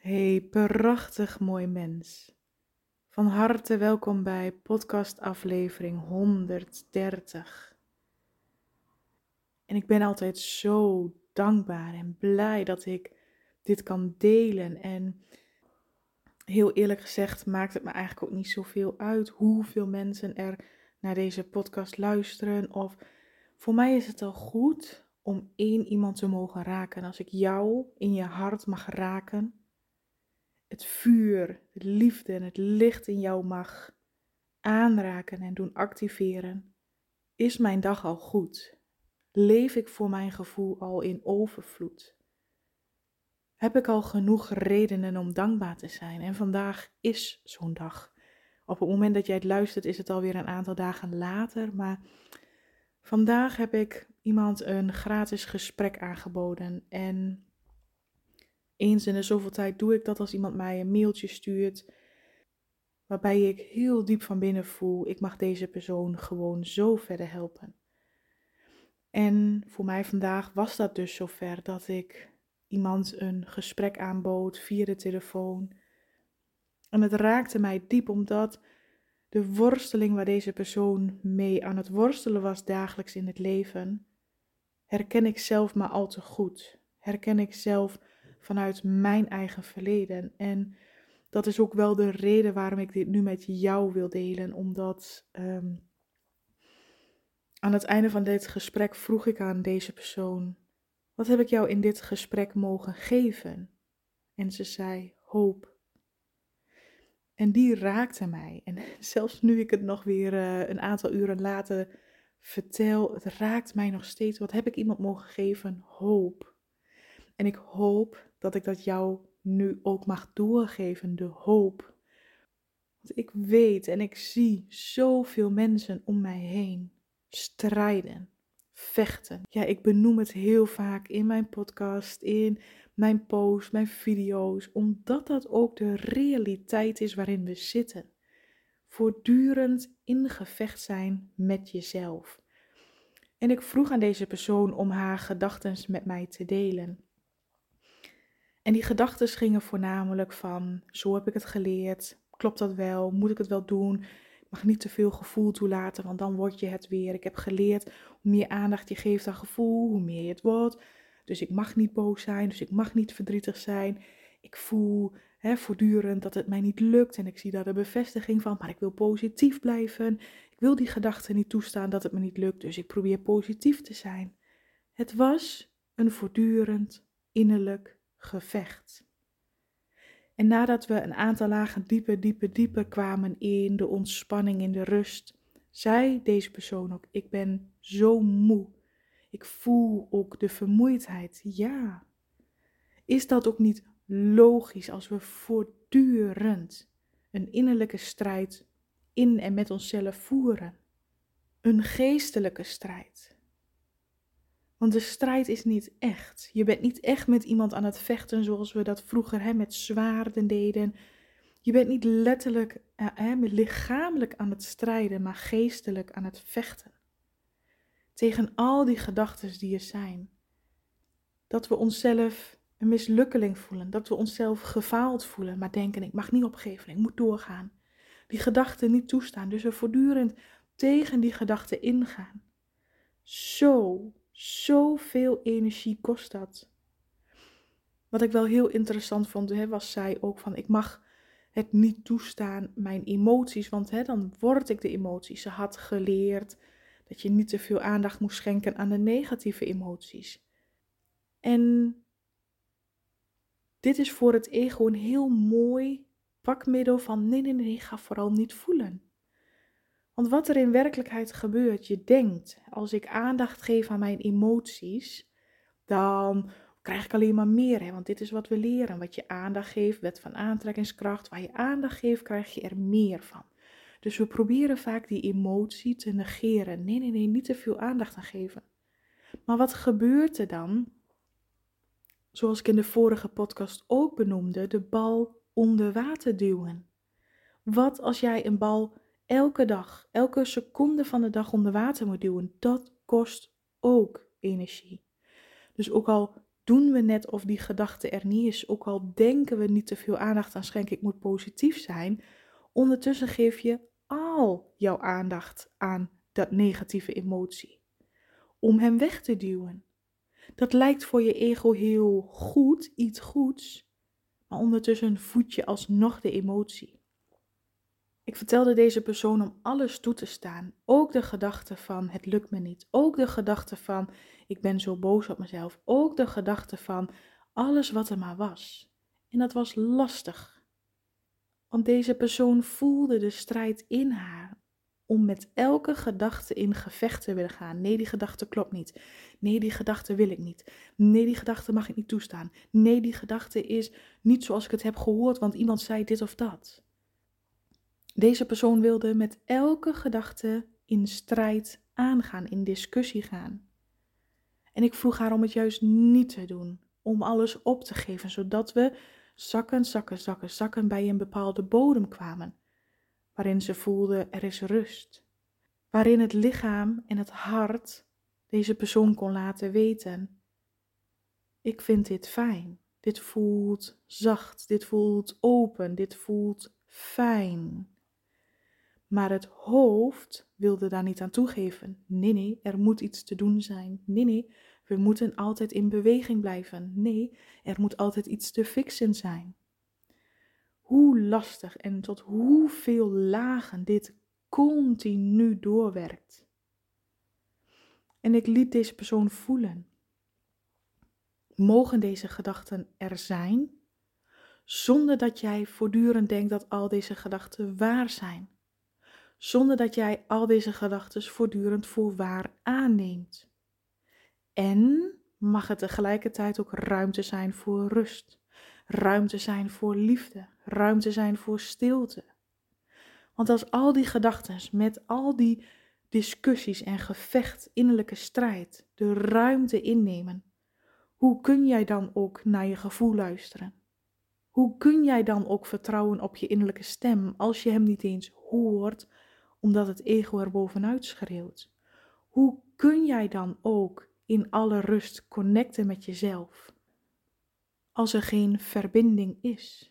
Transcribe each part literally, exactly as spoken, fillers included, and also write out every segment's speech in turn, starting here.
Hey, prachtig mooi mens. Van harte welkom bij podcast aflevering honderddertig. En ik ben altijd zo dankbaar en blij dat ik dit kan delen. En heel eerlijk gezegd maakt het me eigenlijk ook niet zoveel uit hoeveel mensen er naar deze podcast luisteren. Of voor mij is het al goed om één iemand te mogen raken. Als ik jou in je hart mag raken, het vuur, de liefde en het licht in jou mag aanraken en doen activeren, is mijn dag al goed. Leef ik voor mijn gevoel al in overvloed? Heb ik al genoeg redenen om dankbaar te zijn? En vandaag is zo'n dag. Op het moment dat jij het luistert is het alweer een aantal dagen later, maar vandaag heb ik iemand een gratis gesprek aangeboden. En eens in de zoveel tijd doe ik dat als iemand mij een mailtje stuurt, waarbij ik heel diep van binnen voel, ik mag deze persoon gewoon zo verder helpen. En voor mij vandaag was dat dus zover dat ik iemand een gesprek aanbood via de telefoon. En het raakte mij diep omdat de worsteling waar deze persoon mee aan het worstelen was dagelijks in het leven, herken ik zelf maar al te goed. Herken ik zelf vanuit mijn eigen verleden. En dat is ook wel de reden waarom ik dit nu met jou wil delen. Omdat um, aan het einde van dit gesprek vroeg ik aan deze persoon: wat heb ik jou in dit gesprek mogen geven? En ze zei: hoop. En die raakte mij. En zelfs nu ik het nog weer uh, een aantal uren later vertel, het raakt mij nog steeds. Wat heb ik iemand mogen geven? Hoop. En ik hoop dat ik dat jou nu ook mag doorgeven, de hoop. Want ik weet en ik zie zoveel mensen om mij heen strijden, vechten. Ja, ik benoem het heel vaak in mijn podcast, in mijn posts, mijn video's, omdat dat ook de realiteit is waarin we zitten. Voortdurend in gevecht zijn met jezelf. En ik vroeg aan deze persoon om haar gedachten met mij te delen. En die gedachten gingen voornamelijk van: zo heb ik het geleerd, klopt dat wel, moet ik het wel doen? Ik mag niet te veel gevoel toelaten, want dan word je het weer. Ik heb geleerd, hoe meer aandacht je geeft aan gevoel, hoe meer je het wordt. Dus ik mag niet boos zijn, dus ik mag niet verdrietig zijn. Ik voel hè, voortdurend dat het mij niet lukt en ik zie daar de bevestiging van, maar ik wil positief blijven. Ik wil die gedachten niet toestaan dat het me niet lukt, dus ik probeer positief te zijn. Het was een voortdurend innerlijk gevecht. En nadat we een aantal lagen dieper, dieper, dieper kwamen in de ontspanning, in de rust, zei deze persoon ook: ik ben zo moe. Ik voel ook de vermoeidheid. Ja. Is dat ook niet logisch als we voortdurend een innerlijke strijd in en met onszelf voeren? Een geestelijke strijd. Want de strijd is niet echt. Je bent niet echt met iemand aan het vechten zoals we dat vroeger hè, met zwaarden deden. Je bent niet letterlijk, uh, hè, lichamelijk aan het strijden, maar geestelijk aan het vechten. Tegen al die gedachten die er zijn. Dat we onszelf een mislukkeling voelen. Dat we onszelf gefaald voelen. Maar denken: ik mag niet opgeven, ik moet doorgaan. Die gedachten niet toestaan. Dus we voortdurend tegen die gedachten ingaan. Zo, zoveel energie kost dat. Wat ik wel heel interessant vond, hè, was zij ook van: ik mag het niet toestaan, mijn emoties, want hè, dan word ik de emoties. Ze had geleerd dat je niet te veel aandacht moest schenken aan de negatieve emoties. En dit is voor het ego een heel mooi pakmiddel van: nee, nee, nee, ga vooral niet voelen. Want wat er in werkelijkheid gebeurt, je denkt: als ik aandacht geef aan mijn emoties, dan krijg ik alleen maar meer. Hè? Want dit is wat we leren. Wat je aandacht geeft, wet van aantrekkingskracht. Waar je aandacht geeft, krijg je er meer van. Dus we proberen vaak die emotie te negeren. Nee, nee, nee, niet te veel aandacht aan geven. Maar wat gebeurt er dan? Zoals ik in de vorige podcast ook benoemde, de bal onder water duwen. Wat als jij een bal elke dag, elke seconde van de dag onder water moet duwen? Dat kost ook energie. Dus ook al doen we net of die gedachte er niet is, ook al denken we niet te veel aandacht aan schenken, ik moet positief zijn. Ondertussen geef je al jouw aandacht aan dat negatieve emotie, om hem weg te duwen. Dat lijkt voor je ego heel goed, iets goeds, maar ondertussen voed je alsnog de emotie. Ik vertelde deze persoon om alles toe te staan, ook de gedachte van het lukt me niet, ook de gedachte van ik ben zo boos op mezelf, ook de gedachte van alles wat er maar was. En dat was lastig, want deze persoon voelde de strijd in haar om met elke gedachte in gevecht te willen gaan. Nee, die gedachte klopt niet. Nee, die gedachte wil ik niet. Nee, die gedachte mag ik niet toestaan. Nee, die gedachte is niet zoals ik het heb gehoord, want iemand zei dit of dat. Deze persoon wilde met elke gedachte in strijd aangaan, in discussie gaan. En ik vroeg haar om het juist niet te doen, om alles op te geven, zodat we zakken, zakken, zakken, zakken bij een bepaalde bodem kwamen, waarin ze voelde er is rust, waarin het lichaam en het hart deze persoon kon laten weten, ik vind dit fijn, dit voelt zacht, dit voelt open, dit voelt fijn. Maar het hoofd wilde daar niet aan toegeven. Nee, nee, er moet iets te doen zijn. Nee, nee, we moeten altijd in beweging blijven. Nee, er moet altijd iets te fixen zijn. Hoe lastig en tot hoeveel lagen dit continu doorwerkt. En ik liet deze persoon voelen. Mogen deze gedachten er zijn, zonder dat jij voortdurend denkt dat al deze gedachten waar zijn. Zonder dat jij al deze gedachten voortdurend voor waar aanneemt. En mag het tegelijkertijd ook ruimte zijn voor rust. Ruimte zijn voor liefde. Ruimte zijn voor stilte. Want als al die gedachten met al die discussies en gevecht, innerlijke strijd, de ruimte innemen, hoe kun jij dan ook naar je gevoel luisteren? Hoe kun jij dan ook vertrouwen op je innerlijke stem als je hem niet eens hoort, omdat het ego er bovenuit schreeuwt? Hoe kun jij dan ook in alle rust connecten met jezelf, als er geen verbinding is?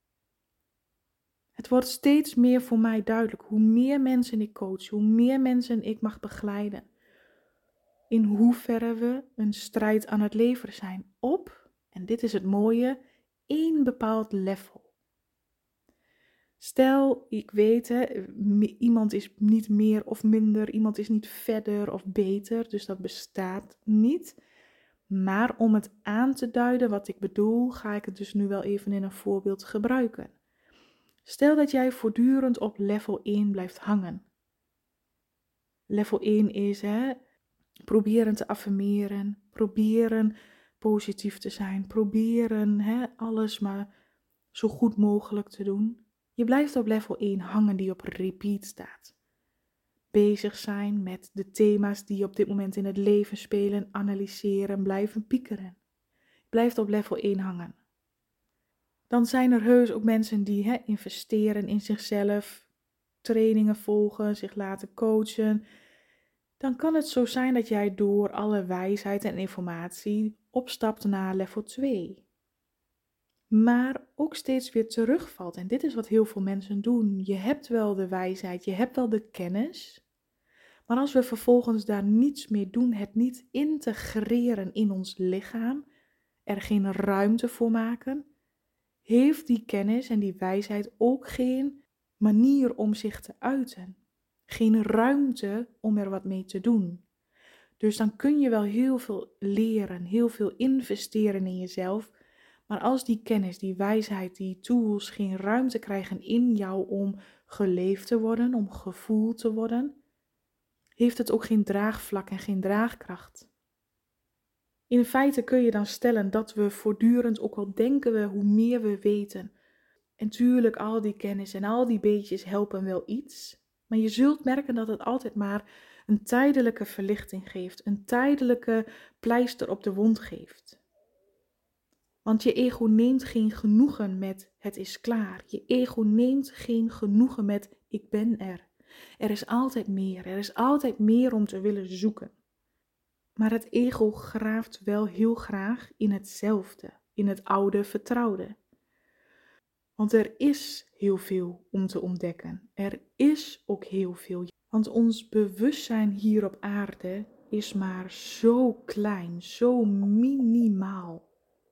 Het wordt steeds meer voor mij duidelijk, hoe meer mensen ik coach, hoe meer mensen ik mag begeleiden, in hoeverre we een strijd aan het leveren zijn op, en dit is het mooie, één bepaald level. Stel, ik weet, hè, iemand is niet meer of minder, iemand is niet verder of beter, dus dat bestaat niet. Maar om het aan te duiden wat ik bedoel, ga ik het dus nu wel even in een voorbeeld gebruiken. Stel dat jij voortdurend op level één blijft hangen. Level één is, hè, proberen te affirmeren, proberen positief te zijn, proberen hè, alles maar zo goed mogelijk te doen. Je blijft op level één hangen die op repeat staat. Bezig zijn met de thema's die op dit moment in het leven spelen, analyseren, blijven piekeren. Je blijft op level één hangen. Dan zijn er heus ook mensen die hè, investeren in zichzelf, trainingen volgen, zich laten coachen. Dan kan het zo zijn dat jij door alle wijsheid en informatie opstapt naar level twee. Maar ook steeds weer terugvalt. En dit is wat heel veel mensen doen. Je hebt wel de wijsheid, je hebt wel de kennis. Maar als we vervolgens daar niets mee doen, het niet integreren in ons lichaam, er geen ruimte voor maken, heeft die kennis en die wijsheid ook geen manier om zich te uiten. Geen ruimte om er wat mee te doen. Dus dan kun je wel heel veel leren, heel veel investeren in jezelf. Maar als die kennis, die wijsheid, die tools geen ruimte krijgen in jou om geleefd te worden, om gevoeld te worden, heeft het ook geen draagvlak en geen draagkracht. In feite kun je dan stellen dat we voortdurend, ook al denken we hoe meer we weten, en tuurlijk al die kennis en al die beetjes helpen wel iets, maar je zult merken dat het altijd maar een tijdelijke verlichting geeft, een tijdelijke pleister op de wond geeft. Want je ego neemt geen genoegen met het is klaar. Je ego neemt geen genoegen met ik ben er. Er is altijd meer. Er is altijd meer om te willen zoeken. Maar het ego graaft wel heel graag in hetzelfde, in het oude vertrouwde. Want er is heel veel om te ontdekken. Er is ook heel veel. Want ons bewustzijn hier op aarde is maar zo klein, zo minimaal.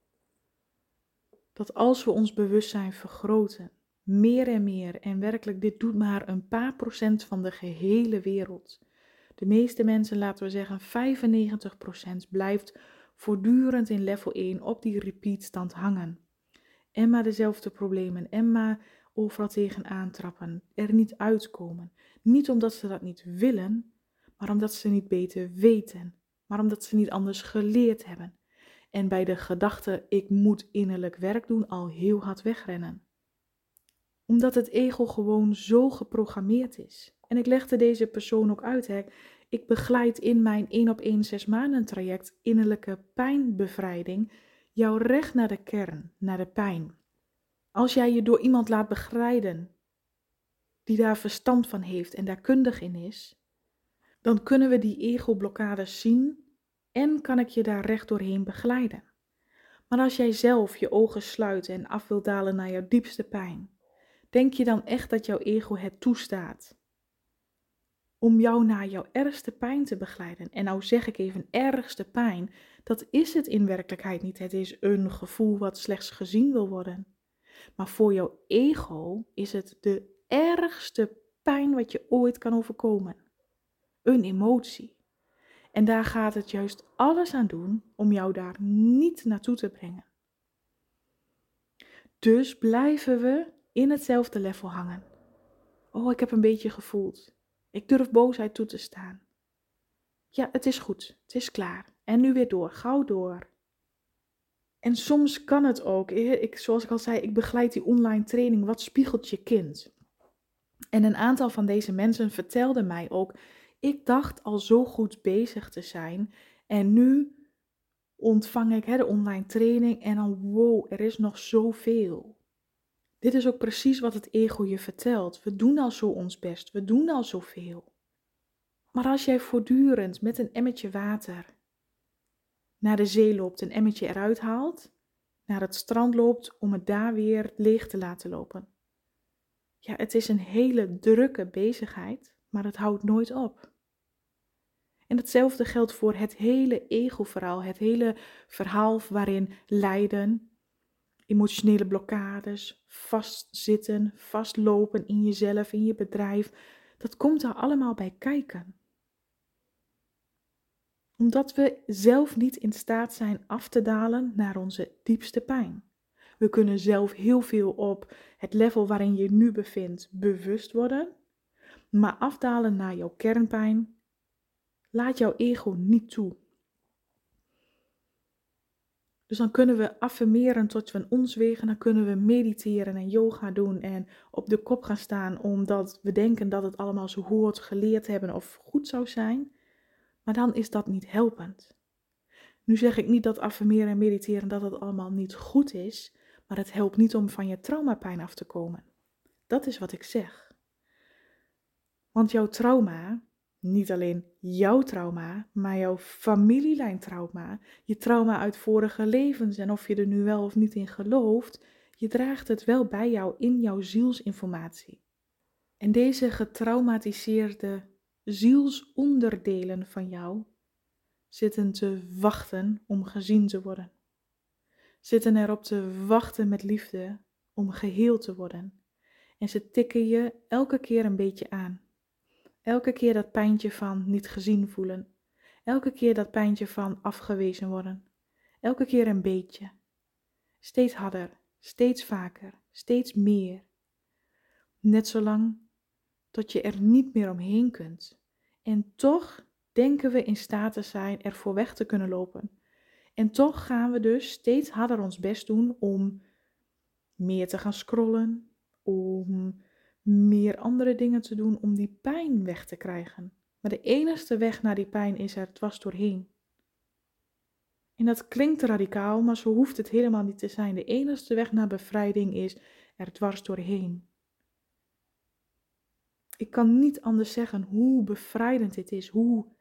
Dat als we ons bewustzijn vergroten, meer en meer, en werkelijk dit doet maar een paar procent van de gehele wereld. De meeste mensen, laten we zeggen vijfennegentig procent, blijft voortdurend in level één op die repeatstand hangen. En maar dezelfde problemen, en maar overal tegenaan trappen, er niet uitkomen. Niet omdat ze dat niet willen, maar omdat ze niet beter weten, maar omdat ze niet anders geleerd hebben. En bij de gedachte, ik moet innerlijk werk doen, al heel hard wegrennen. Omdat het ego gewoon zo geprogrammeerd is. En ik legde deze persoon ook uit, hè. Ik begeleid in mijn één op één zes maanden traject innerlijke pijnbevrijding jou recht naar de kern, naar de pijn. Als jij je door iemand laat begeleiden die daar verstand van heeft en daar kundig in is, dan kunnen we die ego-blokkades zien en kan ik je daar recht doorheen begeleiden. Maar als jij zelf je ogen sluit en af wilt dalen naar jouw diepste pijn, denk je dan echt dat jouw ego het toestaat om jou naar jouw ergste pijn te begeleiden? En nou zeg ik even ergste pijn, dat is het in werkelijkheid niet. Het is een gevoel wat slechts gezien wil worden. Maar voor jouw ego is het de ergste pijn wat je ooit kan overkomen. Een emotie. En daar gaat het juist alles aan doen om jou daar niet naartoe te brengen. Dus blijven we in hetzelfde level hangen. Oh, ik heb een beetje gevoeld. Ik durf boosheid toe te staan. Ja, het is goed. Het is klaar. En nu weer door. Gauw door. En soms kan het ook. Ik, zoals ik al zei, ik begeleid die online training. Wat spiegelt je kind? En een aantal van deze mensen vertelden mij ook, ik dacht al zo goed bezig te zijn en nu ontvang ik hè, de online training en dan wow, er is nog zoveel. Dit is ook precies wat het ego je vertelt. We doen al zo ons best, we doen al zoveel. Maar als jij voortdurend met een emmertje water naar de zee loopt, een emmertje eruit haalt, naar het strand loopt om het daar weer leeg te laten lopen. Ja, het is een hele drukke bezigheid, maar het houdt nooit op. En hetzelfde geldt voor het hele ego-verhaal, het hele verhaal waarin lijden, emotionele blokkades, vastzitten, vastlopen in jezelf, in je bedrijf, dat komt er allemaal bij kijken. Omdat we zelf niet in staat zijn af te dalen naar onze diepste pijn. We kunnen zelf heel veel op het level waarin je nu bevindt bewust worden, maar afdalen naar jouw kernpijn laat jouw ego niet toe. Dus dan kunnen we affirmeren tot we in ons wegen, dan kunnen we mediteren en yoga doen en op de kop gaan staan omdat we denken dat het allemaal zo hoort, geleerd hebben of goed zou zijn. Maar dan is dat niet helpend. Nu zeg ik niet dat affirmeren en mediteren dat het allemaal niet goed is, maar het helpt niet om van je traumapijn af te komen. Dat is wat ik zeg. Want jouw trauma, niet alleen jouw trauma, maar jouw familielijntrauma, je trauma uit vorige levens en of je er nu wel of niet in gelooft, je draagt het wel bij jou in jouw zielsinformatie. En deze getraumatiseerde zielsonderdelen van jou zitten te wachten om gezien te worden. Zitten erop te wachten met liefde om geheeld te worden. En ze tikken je elke keer een beetje aan. Elke keer dat pijntje van niet gezien voelen. Elke keer dat pijntje van afgewezen worden. Elke keer een beetje. Steeds harder, steeds vaker, steeds meer. Net zolang tot je er niet meer omheen kunt. En toch denken we in staat te zijn er voor weg te kunnen lopen. En toch gaan we dus steeds harder ons best doen om meer te gaan scrollen, om meer andere dingen te doen om die pijn weg te krijgen. Maar de enige weg naar die pijn is er dwars doorheen. En dat klinkt radicaal, maar zo hoeft het helemaal niet te zijn. De enige weg naar bevrijding is er dwars doorheen. Ik kan niet anders zeggen hoe bevrijdend dit is, hoe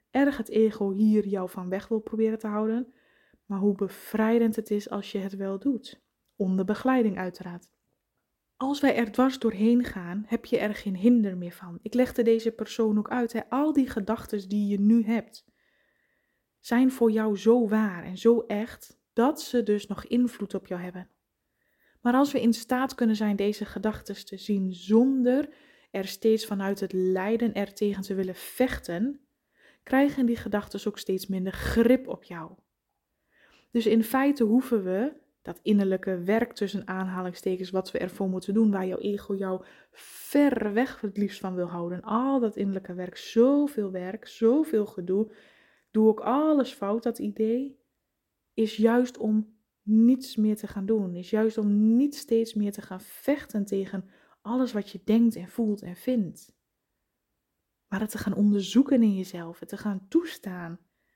erg het ego hier jou van weg wil proberen te houden, maar hoe bevrijdend het is als je het wel doet. Onder begeleiding uiteraard. Als wij er dwars doorheen gaan, heb je er geen hinder meer van. Ik legde deze persoon ook uit. Hè? Al die gedachten die je nu hebt, zijn voor jou zo waar en zo echt, dat ze dus nog invloed op jou hebben. Maar als we in staat kunnen zijn deze gedachten te zien zonder er steeds vanuit het lijden er tegen te willen vechten, krijgen die gedachten ook steeds minder grip op jou. Dus in feite hoeven we dat innerlijke werk tussen aanhalingstekens, wat we ervoor moeten doen, waar jouw ego jou ver weg het liefst van wil houden. Al dat innerlijke werk, zoveel werk, zoveel gedoe. Doe ook alles fout, dat idee, is juist om niets meer te gaan doen. Is juist om niet steeds meer te gaan vechten tegen alles wat je denkt en voelt en vindt. Maar het te gaan onderzoeken in jezelf, het te gaan toestaan.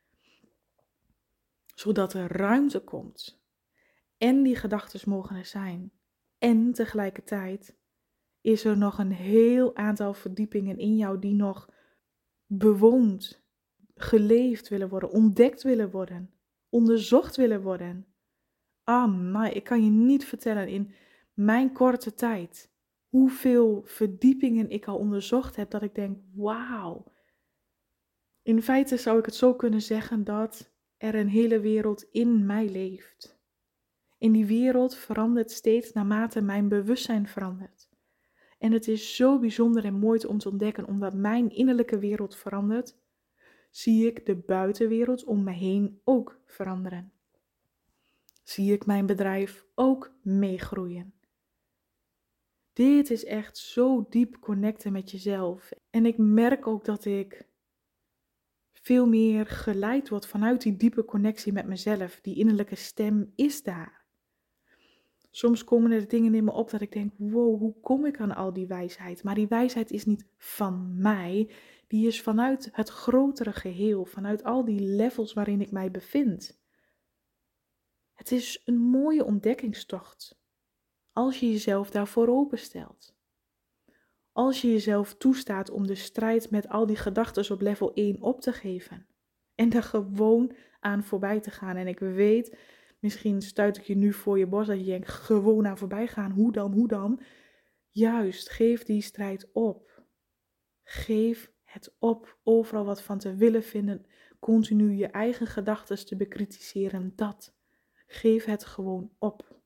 Zodat er ruimte komt. En die gedachten mogen er zijn. En tegelijkertijd is er nog een heel aantal verdiepingen in jou die nog bewoond, geleefd willen worden, ontdekt willen worden, onderzocht willen worden. Ah, maar ik kan je niet vertellen in mijn korte tijd hoeveel verdiepingen ik al onderzocht heb, dat ik denk, wauw. In feite zou ik het zo kunnen zeggen dat er een hele wereld in mij leeft. In die wereld verandert steeds naarmate mijn bewustzijn verandert. En het is zo bijzonder en mooi om te ontdekken, omdat mijn innerlijke wereld verandert, zie ik de buitenwereld om me heen ook veranderen. Zie ik mijn bedrijf ook meegroeien. Dit is echt zo diep connecten met jezelf. En ik merk ook dat ik veel meer geleid word vanuit die diepe connectie met mezelf. Die innerlijke stem is daar. Soms komen er dingen in me op dat ik denk, wow, hoe kom ik aan al die wijsheid? Maar die wijsheid is niet van mij, die is vanuit het grotere geheel, vanuit al die levels waarin ik mij bevind. Het is een mooie ontdekkingstocht, als je jezelf daarvoor openstelt. Als je jezelf toestaat om de strijd met al die gedachten op level één op te geven. En er gewoon aan voorbij te gaan. En ik weet, misschien stuit ik je nu voor je borst dat je denkt, gewoon aan voorbij gaan. Hoe dan, hoe dan? Juist, geef die strijd op. Geef het op, overal wat van te willen vinden. Continu je eigen gedachten te bekritiseren, dat. Geef het gewoon op.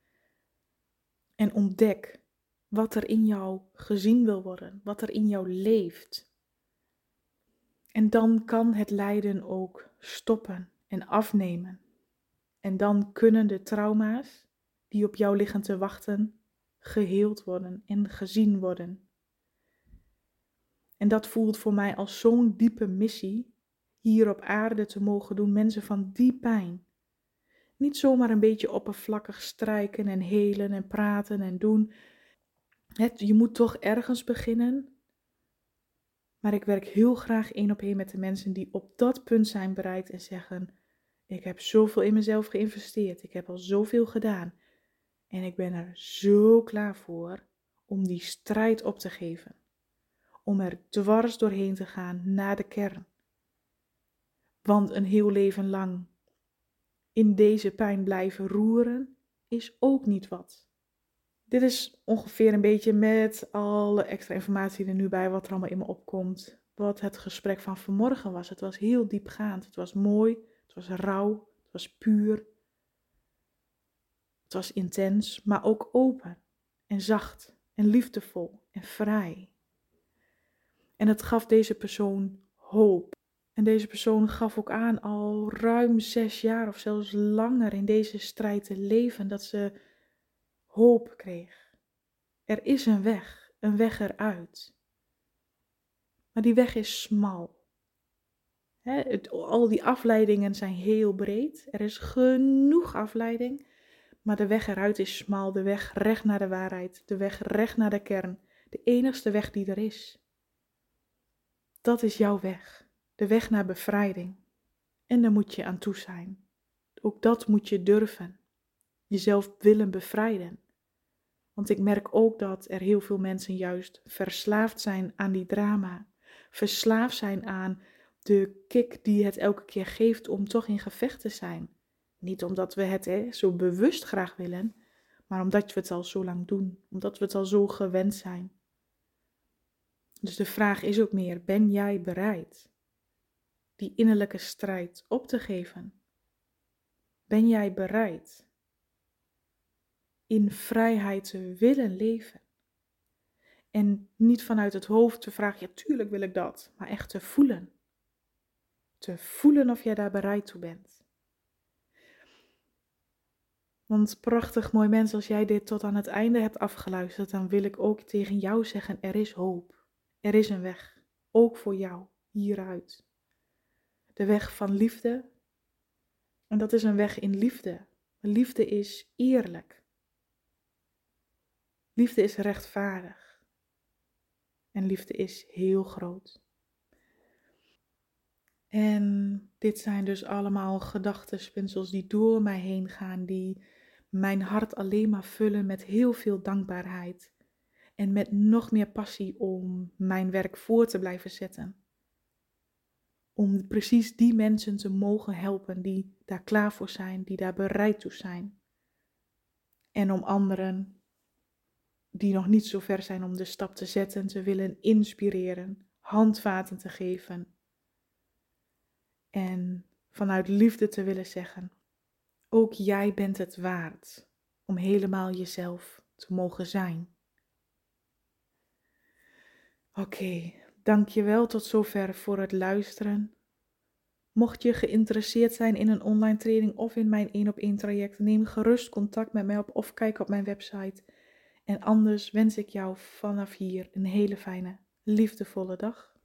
En ontdek wat er in jou gezien wil worden, wat er in jou leeft. En dan kan het lijden ook stoppen en afnemen. En dan kunnen de trauma's die op jou liggen te wachten, geheeld worden en gezien worden. En dat voelt voor mij als zo'n diepe missie, hier op aarde te mogen doen, mensen van die pijn. Niet zomaar een beetje oppervlakkig strijken en helen en praten en doen. Het, je moet toch ergens beginnen. Maar ik werk heel graag één op één met de mensen die op dat punt zijn bereikt en zeggen, ik heb zoveel in mezelf geïnvesteerd, ik heb al zoveel gedaan. En ik ben er zo klaar voor om die strijd op te geven. Om er dwars doorheen te gaan naar de kern. Want een heel leven lang in deze pijn blijven roeren is ook niet wat. Dit is ongeveer een beetje met alle extra informatie er nu bij wat er allemaal in me opkomt. Wat het gesprek van vanmorgen was. Het was heel diepgaand. Het was mooi. Het was rauw. Het was puur. Het was intens, maar ook open en zacht en liefdevol en vrij. En het gaf deze persoon hoop. En deze persoon gaf ook aan al ruim zes jaar of zelfs langer in deze strijd te leven, dat ze hoop kreeg. Er is een weg, een weg eruit. Maar die weg is smal. He, het, al die afleidingen zijn heel breed. Er is genoeg afleiding. Maar de weg eruit is smal. De weg recht naar de waarheid. De weg recht naar de kern. De enigste weg die er is. Dat is jouw weg. De weg naar bevrijding. En daar moet je aan toe zijn. Ook dat moet je durven. Jezelf willen bevrijden. Want ik merk ook dat er heel veel mensen juist verslaafd zijn aan die drama. Verslaafd zijn aan de kick die het elke keer geeft om toch in gevecht te zijn. Niet omdat we het hè, zo bewust graag willen, maar omdat we het al zo lang doen. Omdat we het al zo gewend zijn. Dus de vraag is ook meer, ben jij bereid die innerlijke strijd op te geven? Ben jij bereid in vrijheid te willen leven? En niet vanuit het hoofd te vragen, ja tuurlijk wil ik dat, maar echt te voelen. Te voelen of jij daar bereid toe bent. Want prachtig mooi mens, als jij dit tot aan het einde hebt afgeluisterd, dan wil ik ook tegen jou zeggen, er is hoop. Er is een weg, ook voor jou, hieruit. De weg van liefde. En dat is een weg in liefde. Liefde is eerlijk. Liefde is rechtvaardig. En liefde is heel groot. En dit zijn dus allemaal gedachtenspinsels die door mij heen gaan, die mijn hart alleen maar vullen met heel veel dankbaarheid. En met nog meer passie om mijn werk voor te blijven zetten. Om precies die mensen te mogen helpen die daar klaar voor zijn, die daar bereid toe zijn. En om anderen die nog niet zo ver zijn om de stap te zetten, te willen inspireren, handvaten te geven. En vanuit liefde te willen zeggen, ook jij bent het waard om helemaal jezelf te mogen zijn. Oké, okay, dankjewel tot zover voor het luisteren. Mocht je geïnteresseerd zijn in een online training of in mijn één op één traject, neem gerust contact met mij op of kijk op mijn website. En anders wens ik jou vanaf hier een hele fijne, liefdevolle dag.